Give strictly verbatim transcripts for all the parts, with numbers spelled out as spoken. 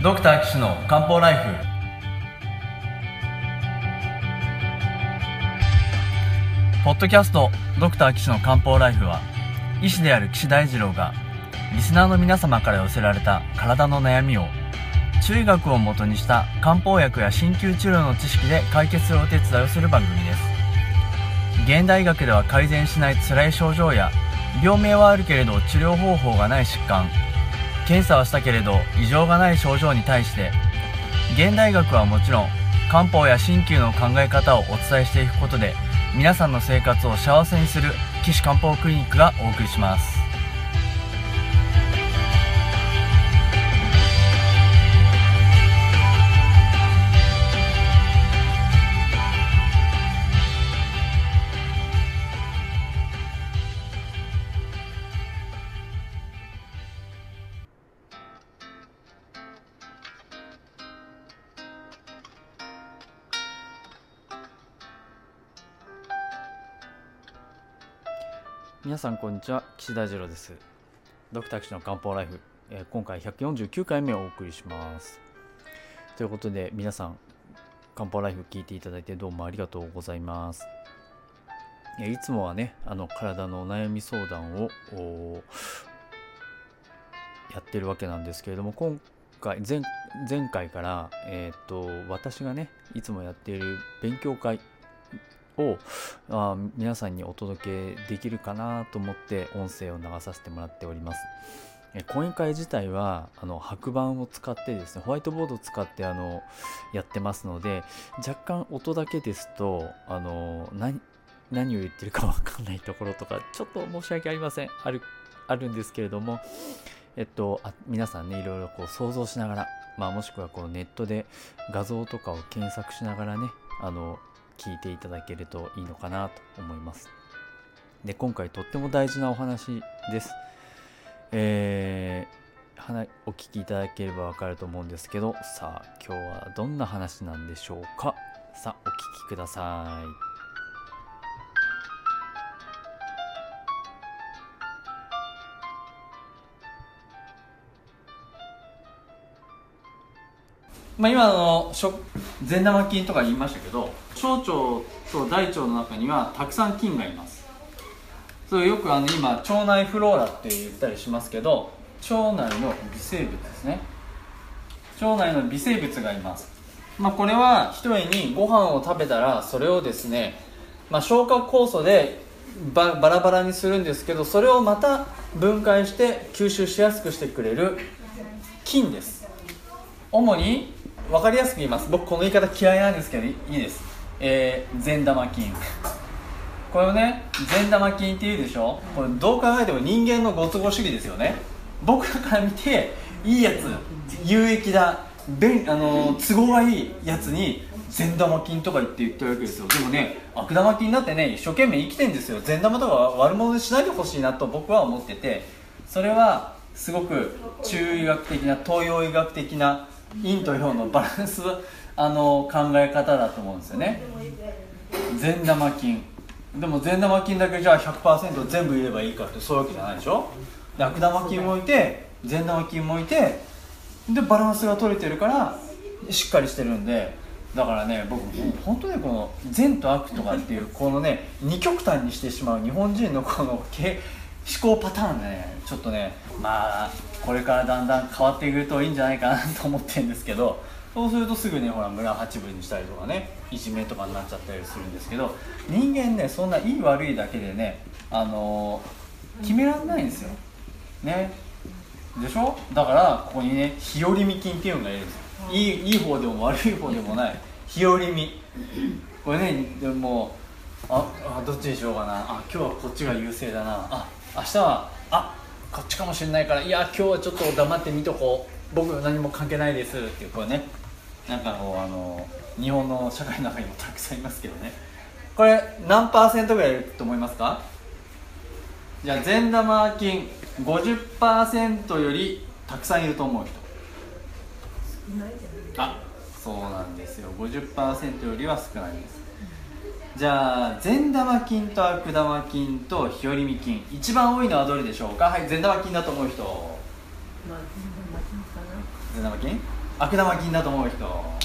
ドクター岸の漢方ライフ。ポッドキャストドクター岸の漢方ライフは、医師である岸大二郎がリスナーの皆様から寄せられた体の悩みを中医学をもとにした漢方薬や鍼灸治療の知識で解決するお手伝いをする番組です。現代医学では改善しない辛い症状や、病名はあるけれど治療方法がない疾患、検査はしたけれど異常がない症状に対して、現代医学はもちろん漢方や鍼灸の考え方をお伝えしていくことで、皆さんの生活を幸せにする岸漢方クリニックがお送りします。皆さんこんにちは、岸大二郎です。ドクター岸の漢方ライフ、えー、今回ひゃくよんじゅうきゅうかいめをお送りします。ということで、皆さん漢方ライフ聞いていただいてどうもありがとうございます。えー、いつもはね、あの体のお悩み相談をやってるわけなんですけれども、今回 前, 前回から、えー、と私がねいつもやっている勉強会をあ皆さんにお届けできるかなと思って音声を流させてもらっております。え講演会自体はあの白板を使ってですね、ホワイトボードを使ってあのやってますので、若干音だけですとあの 何, 何を言ってるか分かんないところとかちょっと申し訳ありませんあるあるんですけれども、えっとあ皆さんねいろいろこう想像しながら、まあ、もしくはこうネットで画像とかを検索しながらねあの聞いていただけるといいのかなと思います。で、今回とっても大事なお話です。えー、お聞きいただければわかると思うんですけど、さあ今日はどんな話なんでしょうか。さあお聞きください。まあ、今の善玉菌とか言いましたけど、小腸と大腸の中にはたくさん菌がいます。それよくあの今腸内フローラって言ったりしますけど、腸内の微生物ですね。腸内の微生物がいます。まあ、これは一重にご飯を食べたらそれをですね、まあ、消化酵素でババラバラにするんですけど、それをまた分解して吸収しやすくしてくれる菌です。主に分かりやすく言います。僕この言い方嫌いなんですけどいいです。えー、善玉菌。これをね善玉菌って言うでしょ。これどう考えても人間のご都合主義ですよね。僕から見ていいやつ、有益だ、便あの都合がいいやつに善玉菌とか言って言ってるわけですよ。でもね悪玉菌だってね一生懸命生きてるんですよ。善玉とか悪者にしないでほしいなと僕は思ってて、それはすごく中医学的な東洋医学的な陰と陽のバランスあの考え方だと思うんですよね。善玉菌でも善玉菌だけじゃあ ひゃくパーセント 全部入れればいいかってそういうわけじゃないでしょ。で悪玉菌もいて善玉菌もいて、でバランスが取れてるからしっかりしてるんで、だからね僕本当にこの善と悪とかっていうこのね二極端にしてしまう日本人のこの思考パターンでねちょっとねまあこれからだんだん変わっていくといいんじゃないかなと思ってるんですけど、そうするとすぐねほら村八分にしたりとかねいじめとかになっちゃったりするんですけど、人間ねそんないい悪いだけでねあのー、決められないんですよね。でしょ。だからここにね日和見菌っていうのがいるんですよ。いい、いい方でも悪い方でもない日和見。これねでもああどっちにしようかな、あ今日はこっちが優勢だな、あ明日はあこっちかもしれないから、いや今日はちょっと黙って見とこう、僕何も関係ないですっていうこれね、なんかこうあの日本の社会の中にもたくさんいますけどね。これ何パーセントぐらいいると思いますか。じゃあ善玉菌 ごじゅっパーセント よりたくさんいると思う人。あ、そうなんですよ。 ごじゅっパーセント よりは少ないです。じゃあ善玉菌と悪玉菌と日和見菌、一番多いのはどれでしょうか。はい、善玉菌だと思う人。善玉菌悪玉菌だと思う人、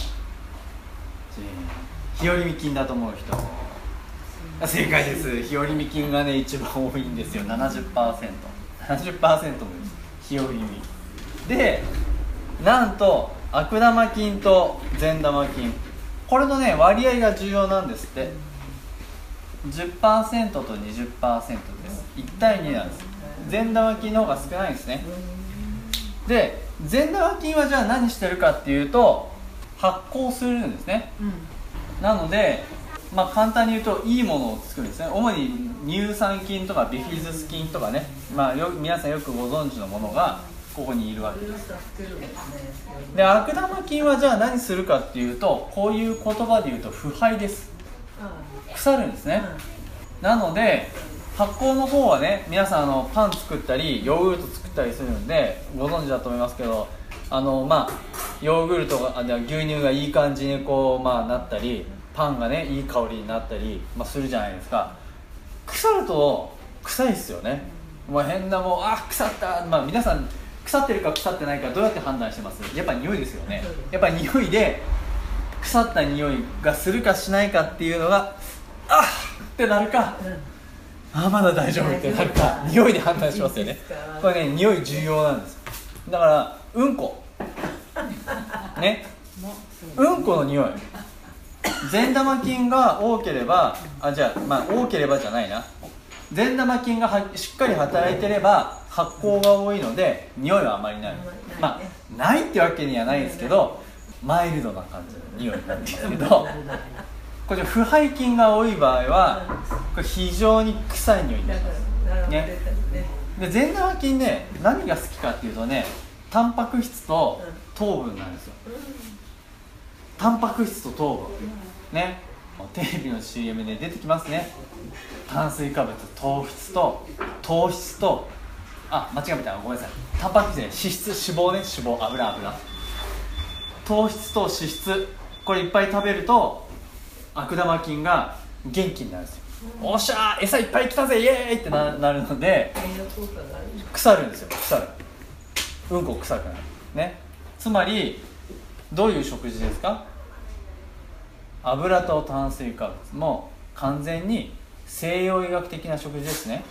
日和見菌だと思う人、正解です。日和見菌がね一番多いんですよ。 ななじゅっパーセント ななじゅっパーセント も日和見で、なんと悪玉菌と善玉菌、これのね割合が重要なんですって。 じゅっパーセント と にじゅっパーセント です。いち対になんです。善玉菌の方が少ないんですね。で善玉菌はじゃあ何してるかっていうと発酵するんですね、うん、なので、まあ、簡単に言うといいものを作るんですね。主に乳酸菌とかビフィズス菌とかね、まあ、よ皆さんよくご存知のものがここにいるわけです。で悪玉菌はじゃあ何するかっていうと、こういう言葉で言うと腐敗です。腐るんですね。なので発酵の方はね、皆さんあのパン作ったりヨーグルト作ったりするんでご存知だと思いますけど、あのまあヨーグルトが牛乳がいい感じにこう、まあ、なったり、パンがねいい香りになったり、まあ、するじゃないですか。腐ると臭いっすよね。もう変なもうあ腐った、まあ、皆さん腐ってるか腐ってないかどうやって判断してます？やっぱ匂いですよね。やっぱ匂いで腐った匂いがするかしないかっていうのがあっってなるか、あまだ大丈夫ってなるか、匂いで判断しますよね。これね匂い重要なんです。だからうんこね、うんこの匂い、善玉菌が多ければ、あじゃあまあ多ければじゃないな、善玉菌がはしっかり働いてれば発酵が多いので匂いはあまりない。まあないってわけにはないですけど、マイルドな感じの匂いになってますけど、これ腐敗菌が多い場合はこれ非常に臭い匂いになりますね。で善玉菌ね何が好きかっていうとね、タンパク質と糖分なんですよ。タンパク質と糖分ね、テレビの シーエム で出てきますね。炭水化物、糖質と糖質とあ間違えた、ごめんなさい、タンパク質ね、脂質、脂肪ね、脂肪、油油、糖質と脂質、これいっぱい食べると悪玉菌が元気になるんですよ。おっしゃー餌いっぱい来たぜイエーイって な, なるので腐るんですよ。腐る、うんこ臭くなるね。つまりどういう食事ですか？油と炭水化物も完全に西洋医学的な食事ですね。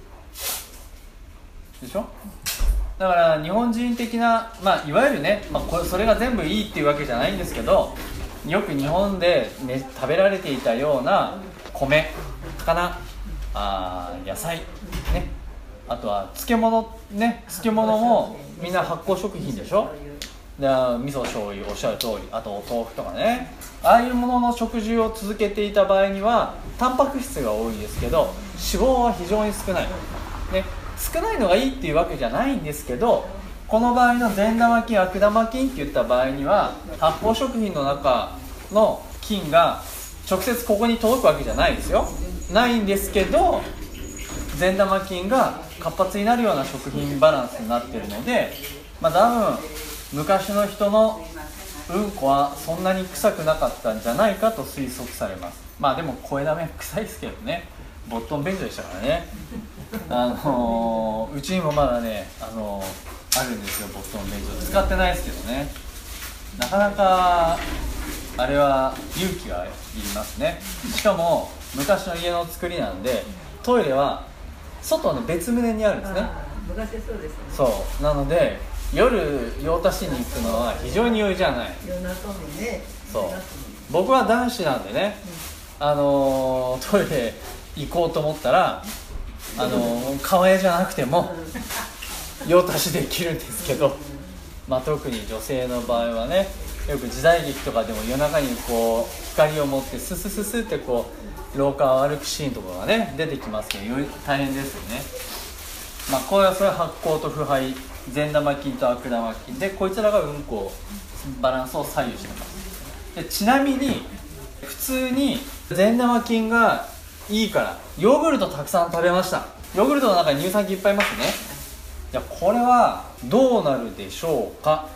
でしょ？だから日本人的な、まあ、いわゆるね、まあ、これそれが全部いいっていうわけじゃないんですけど、よく日本で、ね、食べられていたような米、魚、あ野菜、ね、あとは漬物ね、漬物もみんな発酵食品でしょ。で味噌醤油おっしゃる通り、あとお豆腐とかね、ああいうものの食事を続けていた場合にはタンパク質が多いですけど脂肪は非常に少ない、ね、少ないのがいいっていうわけじゃないんですけど、この場合の善玉菌悪玉菌っていった場合には発酵食品の中の菌が直接ここに届くわけじゃないですよ。ないんですけど善玉菌が活発になるような食品バランスになっているので、まあ、多分昔の人のうんこはそんなに臭くなかったんじゃないかと推測されます。まあでも声だめ臭いですけどね、ボットン便所でしたからね。あのー、うちにもまだね、あのー、あるんですよ、ボットン便所。使ってないですけどね、なかなかあれは勇気がいりますね。しかも昔の家の作りなんでトイレは外の別棟にあるんですね。 昔そうですね。 そうなので夜用足しに行くのは非常に容易じゃない。 夜中もね。 そう僕は男子なんでね、うん、あのー、トイレ行こうと思ったらあのー、川屋じゃなくても用足しできるんですけど、まあ、特に女性の場合はね、よく時代劇とかでも夜中にこう光を持ってススススってこう廊下を歩くシーンとかがね出てきますけど、大変ですよね。まあ、これはそれは発酵と腐敗、善玉菌と悪玉菌で、こいつらがうんこバランスを左右してます。でちなみに普通に善玉菌がいいからヨーグルトたくさん食べました。ヨーグルトの中に乳酸菌いっぱいいますね。じゃあこれはどうなるでしょうか。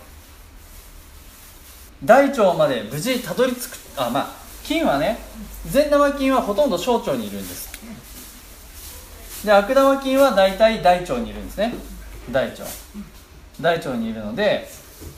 大腸まで無事たどり着く。あまあ菌はね、善玉菌はほとんど小腸にいるんです。で悪玉菌は大体大腸にいるんですね。大腸大腸にいるので、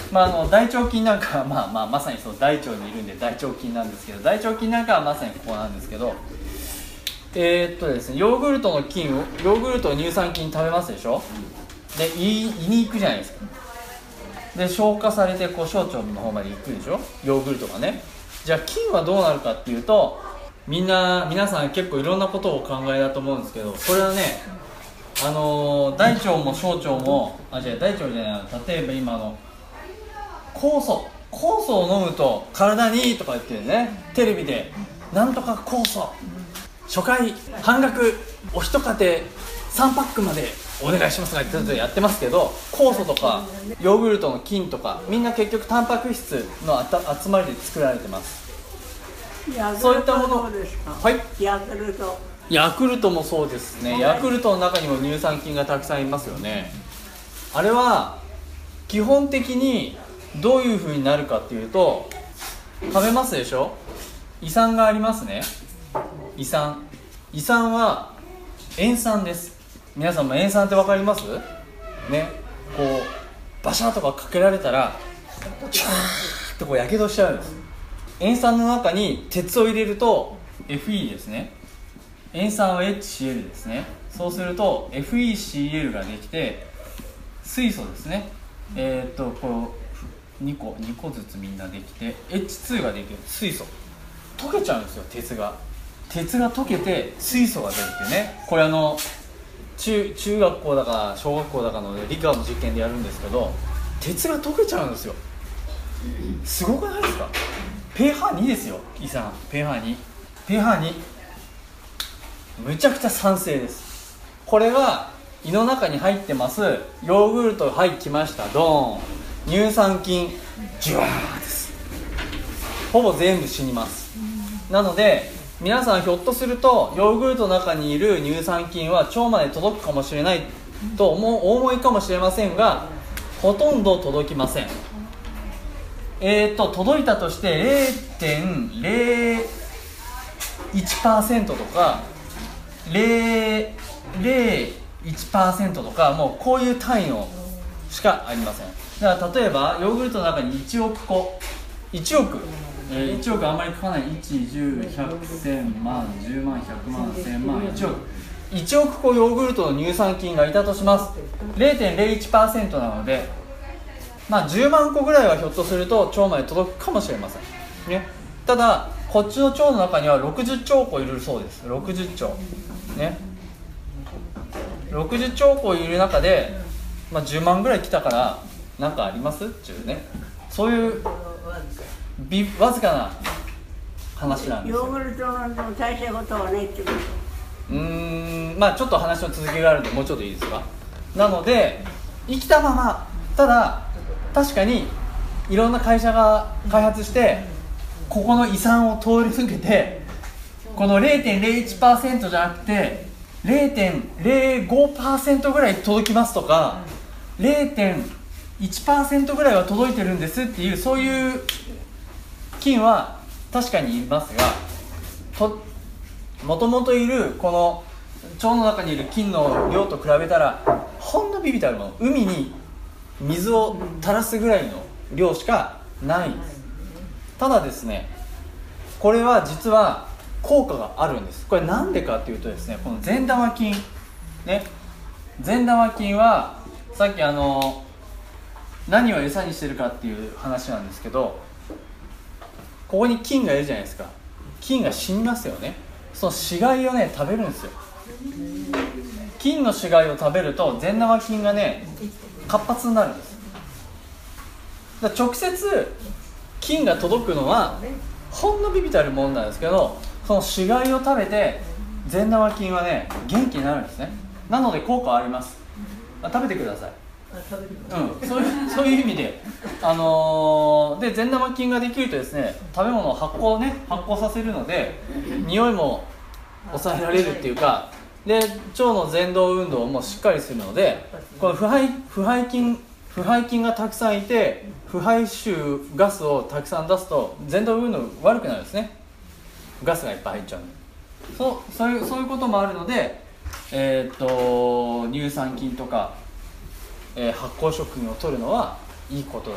まあ、あの大腸菌なんかは、まあまあ、まさにそう大腸にいるんで大腸菌なんですけど、大腸菌なんかはまさにここなんですけど、えー、っとですね、ヨーグルトの菌をヨーグルト乳酸菌食べますでしょ。で胃、胃に行くじゃないですか。で消化されてこう小腸の方まで行くでしょ、ヨーグルトがね。じゃあ菌はどうなるかっていうと、みんな皆さん結構いろんなことをお考えだと思うんですけど、これはね、あのー、大腸も小腸もあ違う大腸じゃない、例えば今の酵素酵素を飲むと体にいいとか言ってね、テレビでなんとか酵素初回半額お一家庭さんパックまでお願いしますとか言ってやってますけど、酵素とかヨーグルトの菌とかみんな結局タンパク質のあた集まりで作られてます。そういったもの、はい、 ヤクルトヤクルトもそうですね。ヤクルトの中にも乳酸菌がたくさんいますよね。あれは基本的にどういう風になるかっていうと、食べますでしょ。胃酸がありますね。胃酸胃酸は塩酸です。皆さんも塩酸って分かりますね。こうバシャーとかかけられたらチューッとこうやけどしちゃうんです。塩酸の中に鉄を入れると エフイー ですね。塩酸は エイチシーエル ですね。そうすると エフイーシーエル ができて水素ですね。えー、っとこうにこにこずつみんなできて エイチツー ができる。水素溶けちゃうんですよ。鉄が鉄が溶けて水素が出るっていうね。これあの 中, 中学校だか小学校だかの理科の実験でやるんですけど、鉄が溶けちゃうんですよ。すごくないですか。ペーハーに ですよ。胃酸ペーハーに ペーハーに むちゃくちゃ酸性です。これが胃の中に入ってます。ヨーグルト入ってきました。ドーン。乳酸菌ジュワーです。ほぼ全部死にます。なので皆さんひょっとするとヨーグルトの中にいる乳酸菌は腸まで届くかもしれないと思うお思いかもしれませんが、ほとんど届きません。えーと届いたとして ゼロてんゼロいちパーセント とかゼロてんゼロいちパーセント とか、もうこういう単位のしかありません。だから例えばヨーグルトの中にいちおくこいちおく、えー、いちおくあんまり書かない。いち、じゅう、ひゃく、せんまん、じゅうまん、ひゃくまん、せんまん、いちおくいちおくこヨーグルトの乳酸菌がいたとします。 ゼロてんゼロいちパーセント なので、まあ、じゅうまんこぐらいはひょっとすると腸まで届くかもしれません、ね、ただこっちの腸の中にはろくじゅっちょうこいるそうです。ろくじゅっちょうね、ろくじゅっちょうこいる中で、まあ、じゅうまんぐらい来たから何かありますっていうね、そういうびわずかな話なんですよ。 ヨーグルトの代謝ことはねってこと。 うーんまあちょっと話の続きがあるんでもうちょっといいですか。なので生きたまま、ただ確かにいろんな会社が開発してここの胃酸を通り抜けてこの ゼロてんゼロいちパーセント じゃなくて ゼロてんゼロごパーセント ぐらい届きますとか ゼロてんいちパーセント ぐらいは届いてるんですっていう、そういう菌は確かにいますが、ともともといるこの腸の中にいる菌の量と比べたらほんの微々たるもの、海に水を垂らすぐらいの量しかないんです。ただですね、これは実は効果があるんです。これなんでかっていうとですね、この善玉菌ね、善玉菌はさっきあの何を餌にしてるかっていう話なんですけど、ここに菌がいるじゃないですか。菌が死にますよね。その死骸をね食べるんですよ。菌の死骸を食べると善玉菌がね活発になるんです。だから直接菌が届くのはほんの微々たるものなんですけど、その死骸を食べて善玉菌はね元気になるんですね。なので効果はあります。あ、食べてください。うん、そういう、そういう意味で、あのー、で善玉菌ができるとですね、食べ物を発酵ね発酵させるので匂いも抑えられるっていうか、で腸の蠕動運動もしっかりするので、この腐敗腐敗菌腐敗菌がたくさんいて腐敗臭ガスをたくさん出すと蠕動運動悪くなるんですね。ガスがいっぱい入っちゃうので、そう、そういう、そういうこともあるので、えー、っと乳酸菌とか、えー、発酵食品を摂るのはいいことだと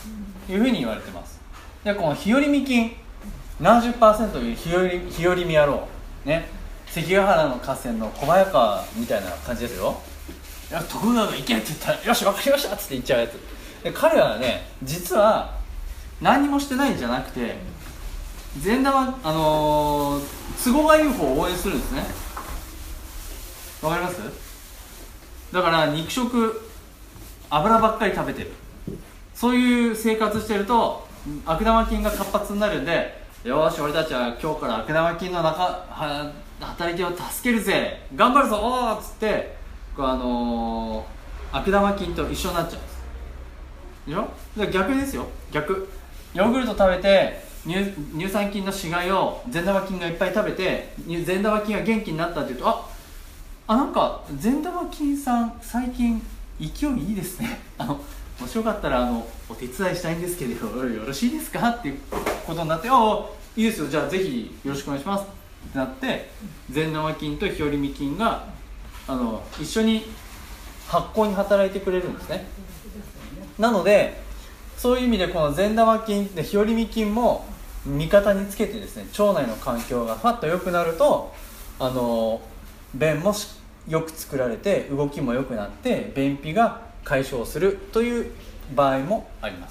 いうふうに言われてます。でこの日和見菌ななじゅっパーセントいう日和日和見野郎ね、関ヶ原の合戦の小早川みたいな感じですよ。いや徳川が行けって言ったらよし分かりましたっつって言っちゃうやつで、彼はね実は何にもしてないんじゃなくて善玉、あのー、都合がいい方を応援するんですね。わかります？だから肉食油ばっかり食べてる、そういう生活してると悪玉菌が活発になるんで、よーし俺たちは今日から悪玉菌の中は働きを助けるぜ頑張るぞおーっつってこう、あのー、悪玉菌と一緒になっちゃうんですでしょ。だから逆ですよ、逆。ヨーグルト食べて 乳, 乳酸菌の死骸を善玉菌がいっぱい食べて善玉菌が元気になったっていうと、ああなんか善玉菌さん最近勢いいいですねあのもしよかったらあのお手伝いしたいんですけどよろしいですかっていうことになって、ああいいですよじゃあぜひよろしくお願いしますってなって、善玉菌と日和見菌があの一緒に発酵に働いてくれるんですね。なのでそういう意味でこの善玉菌で日和見菌も味方につけてですね、腸内の環境がファッと良くなるとあの便もよく作られて動きも良くなって便秘が解消するという場合もあります。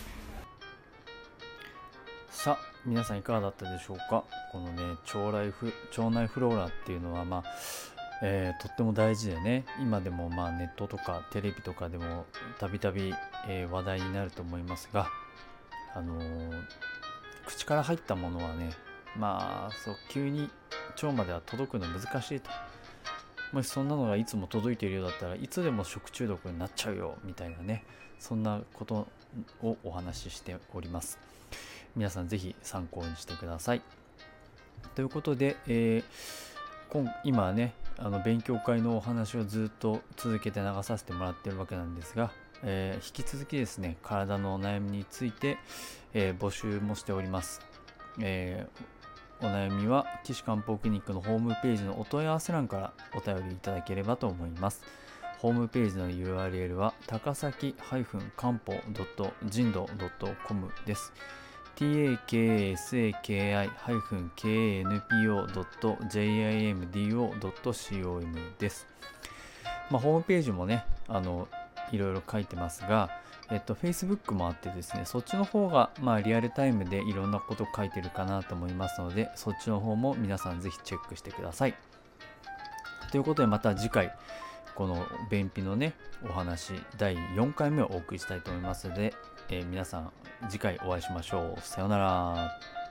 さあ皆さんいかがだったでしょうか。このね腸内フ、腸内フローラっていうのはまあえー、とっても大事でね、今でもまあネットとかテレビとかでもたびたび話題になると思いますが、あのー、口から入ったものはねまあそう急に腸までは届くの難しいと、もしそんなのがいつも届いているようだったらいつでも食中毒になっちゃうよみたいなね、そんなことをお話ししております。皆さんぜひ参考にしてください。ということで、えー、今, 今はねあの勉強会のお話をずっと続けて流させてもらっているわけなんですが、えー、引き続きですね体のお悩みについて、えー、募集もしております。えー、お悩みは岸漢方クリニックのホームページのお問い合わせ欄からお便りいただければと思います。ホームページの ユーアールエル は高崎漢方 ジンド ドット コム です。タカサキ カンポ ドット ジンド ドット コム です。まあ、ホームページもねあのいろいろ書いてますが、えっと Facebook もあってですね、そっちの方がまあリアルタイムでいろんなこと書いてるかなと思いますので、そっちの方も皆さんぜひチェックしてください。ということでまた次回この便秘のねお話だいよんかいめをお送りしたいと思いますので、えー、皆さん次回お会いしましょう。さようなら。